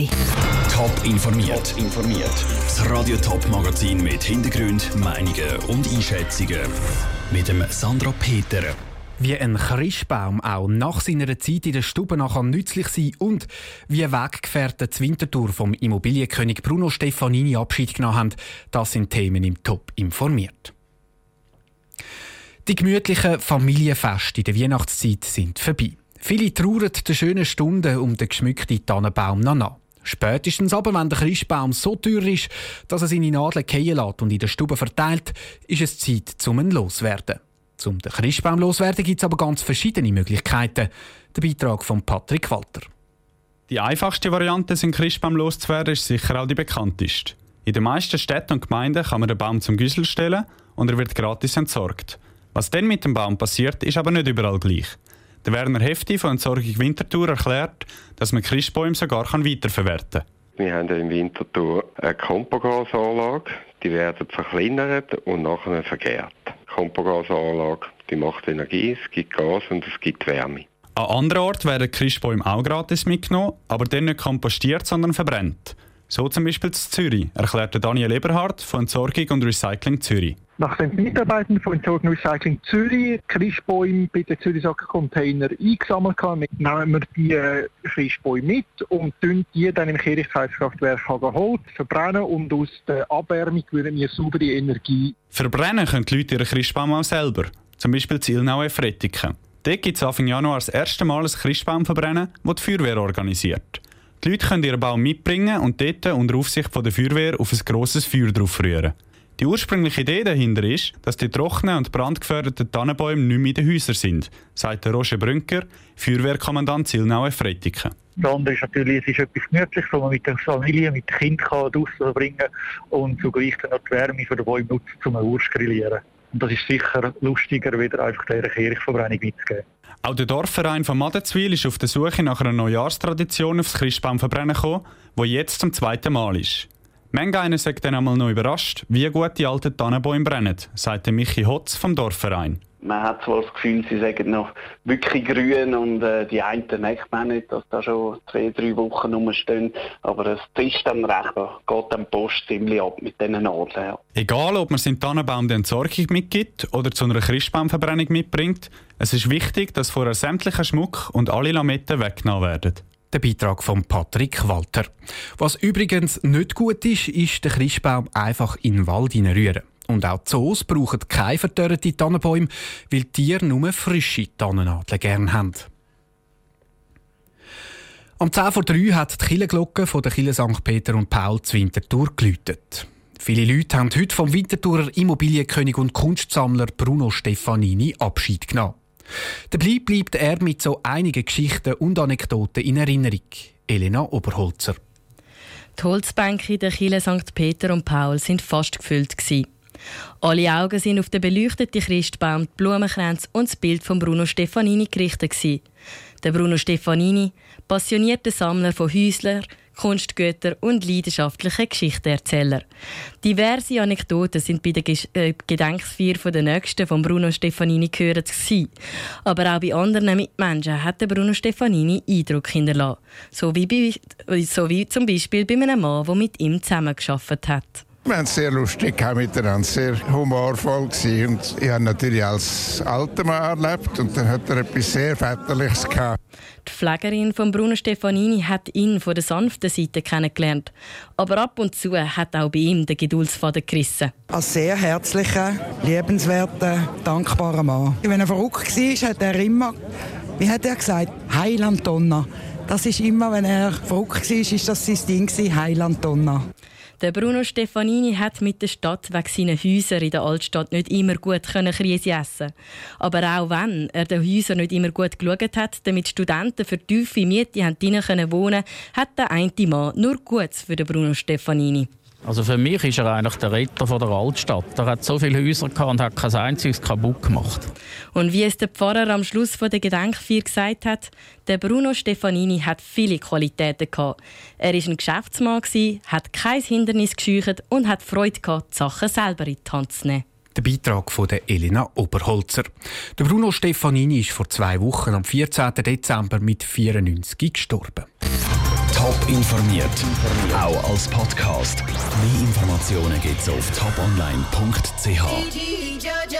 Top informiert. Das Radio Top Magazin mit Hintergrund, Meinungen und Einschätzungen mit dem Sandra Peter. Wie ein Christbaum auch nach seiner Zeit in der Stube nachher nützlich sein und wie Weggefährten zur Winterthur vom Immobilienkönig Bruno Stefanini Abschied genommen haben, das sind Themen im Top informiert. Die gemütlichen Familienfeste in der Weihnachtszeit sind vorbei. Viele trauern den schönen Stunden um den geschmückten Tannenbaum nach. Spätestens aber, wenn der Christbaum so teuer ist, dass er seine Nadeln fallen lässt und in der Stube verteilt, ist es Zeit, zum ihn loswerden. Um den Christbaum loswerden gibt es aber ganz verschiedene Möglichkeiten. Der Beitrag von Patrick Walter. Die einfachste Variante, den Christbaum loszuwerden, ist sicher auch die bekannteste. In den meisten Städten und Gemeinden kann man den Baum zum Güssel stellen und er wird gratis entsorgt. Was dann mit dem Baum passiert, ist aber nicht überall gleich. Der Werner Hefti von Entsorgung Winterthur erklärt, dass man Christbäume sogar weiterverwerten kann. Wir haben in Winterthur eine Kompogasanlage. Die werden zerkleinert und nachher vergärt. Die Kompogasanlage macht Energie, es gibt Gas und es gibt Wärme. An anderen Orten werden Christbäume auch gratis mitgenommen, aber dann nicht kompostiert, sondern verbrannt. So zum Beispiel in Zürich, erklärte Daniel Eberhardt von Entsorgung und Recycling Zürich. Nachdem die Mitarbeiter von Entsorgung und Recycling Zürich Christbäume bei den Zürich-Sacker-Container eingesammelt haben, nehmen wir die Christbäume mit und die dann im Kirchheitskraftwerk Holz verbrennen und aus der Abwärmung würden wir saubere Energie. Verbrennen können die Leute ihren Christbaum auch selber, zum Beispiel in Ilnau auf Rettiken. Dort gibt es Anfang Januar das erste Mal ein Christbaumverbrennen, das die Feuerwehr organisiert. Die Leute können ihren Baum mitbringen und dort unter Aufsicht der Feuerwehr auf ein grosses Feuer drauf rühren. Die ursprüngliche Idee dahinter ist, dass die trockenen und brandgefährdeten Tannenbäume nicht mehr in den Häusern sind, sagt Roger Brünker, Feuerwehrkommandant Zillnau-Freitiken. Das andere ist natürlich, es ist etwas Gemütliches, das man mit der Familie, mit den Kindern draussen verbringen kann und zugleich dann auch die Wärme für den Bäume nutzen, um einen Wurst zu grillieren. Und das ist sicher lustiger, wieder einfach der Kirchverbrennung mitzugeben. Auch der Dorfverein von Madenzwil ist auf der Suche nach einer Neujahrstradition aufs Christbaumverbrennen gekommen, die jetzt zum zweiten Mal ist. Manch einer sagt dann einmal noch überrascht, wie gut die alten Tannenbäume brennen, sagt Michi Hotz vom Dorfverein. Man hat zwar das Gefühl, sie sagen noch wirklich grün und die einen merkt man nicht, dass da schon 2-3 Wochen rumstehen. Aber es ist dann recht, da geht dann die Post ziemlich ab mit diesen Nadeln. Ja. Egal, ob man seinen Tannenbaum der Entsorgung mitgibt oder zu einer Christbaumverbrennung mitbringt, es ist wichtig, dass vorher sämtlicher Schmuck und alle Lametten weggenommen werden. Der Beitrag von Patrick Walter. Was übrigens nicht gut ist, ist den Christbaum einfach in den Wald hineinrühren. Und auch die Zoos brauchen keine verdörrten Tannenbäume, weil die Tiere nur frische Tannennadeln gerne haben. Um 2:03 hat die Kirchenglocke von der Kirche St. Peter und Paul zu Winterthur geläutet. Viele Leute haben heute vom Winterthurer Immobilienkönig und Kunstsammler Bruno Stefanini Abschied genommen. Dabei bleibt er mit so einigen Geschichten und Anekdoten in Erinnerung. Elena Oberholzer. Die Holzbänke der Kirche St. Peter und Paul sind fast gefüllt. Alle Augen sind auf den beleuchteten Christbaum, die Blumenkränze und das Bild von Bruno Stefanini gerichtet. Der Bruno Stefanini, passionierter Sammler von Häuslern, Kunstgütern und leidenschaftlicher Geschichtenerzähler. Diverse Anekdoten sind bei der Gedenkfeier der Nächsten von Bruno Stefanini gehört. Aber auch bei anderen Mitmenschen hat Bruno Stefanini Eindruck hinterlassen. So wie zum Beispiel bei einem Mann, der mit ihm zusammengearbeitet hat. Wir haben es sehr lustig miteinander, sehr humorvoll gewesen. Und ich habe natürlich als alter Mann erlebt und dann hat er etwas sehr Väterliches gehabt. Die Pflegerin von Bruno Stefanini hat ihn von der sanften Seite kennengelernt. Aber ab und zu hat auch bei ihm der Geduldsfaden gerissen. Als sehr herzlicher, liebenswerter, dankbarer Mann. Wenn er verrückt war, hat er immer, wie hat er gesagt, Heiland Donna. Das ist immer, wenn er verrückt war, ist das sein Ding, Heiland Donna. Der Bruno Stefanini hat mit der Stadt wegen seiner Häuser in der Altstadt nicht immer gut Krise essen. Aber auch wenn er den Häusern nicht immer gut geschaut hat, damit Studenten für tiefe Miete wohnen konnten, hat der eine Mann nur Gutes für den Bruno Stefanini. Also für mich ist er eigentlich der Retter von der Altstadt. Er hat so viele Häuser gehabt und hat kein einziges kaputt gemacht. Und wie es der Pfarrer am Schluss der Gedenkfeier gesagt hat, der Bruno Stefanini hat viele Qualitäten gehabt. Er war ein Geschäftsmann, hat kein Hindernis gescheucht und hat Freude gehabt, die Sachen selber in die Hand zu nehmen. Der Beitrag von Elena Oberholzer. Der Bruno Stefanini ist vor 2 Wochen am 14. Dezember mit 94 gestorben. Top informiert, auch als Podcast. Mehr Informationen gibt's auf toponline.ch.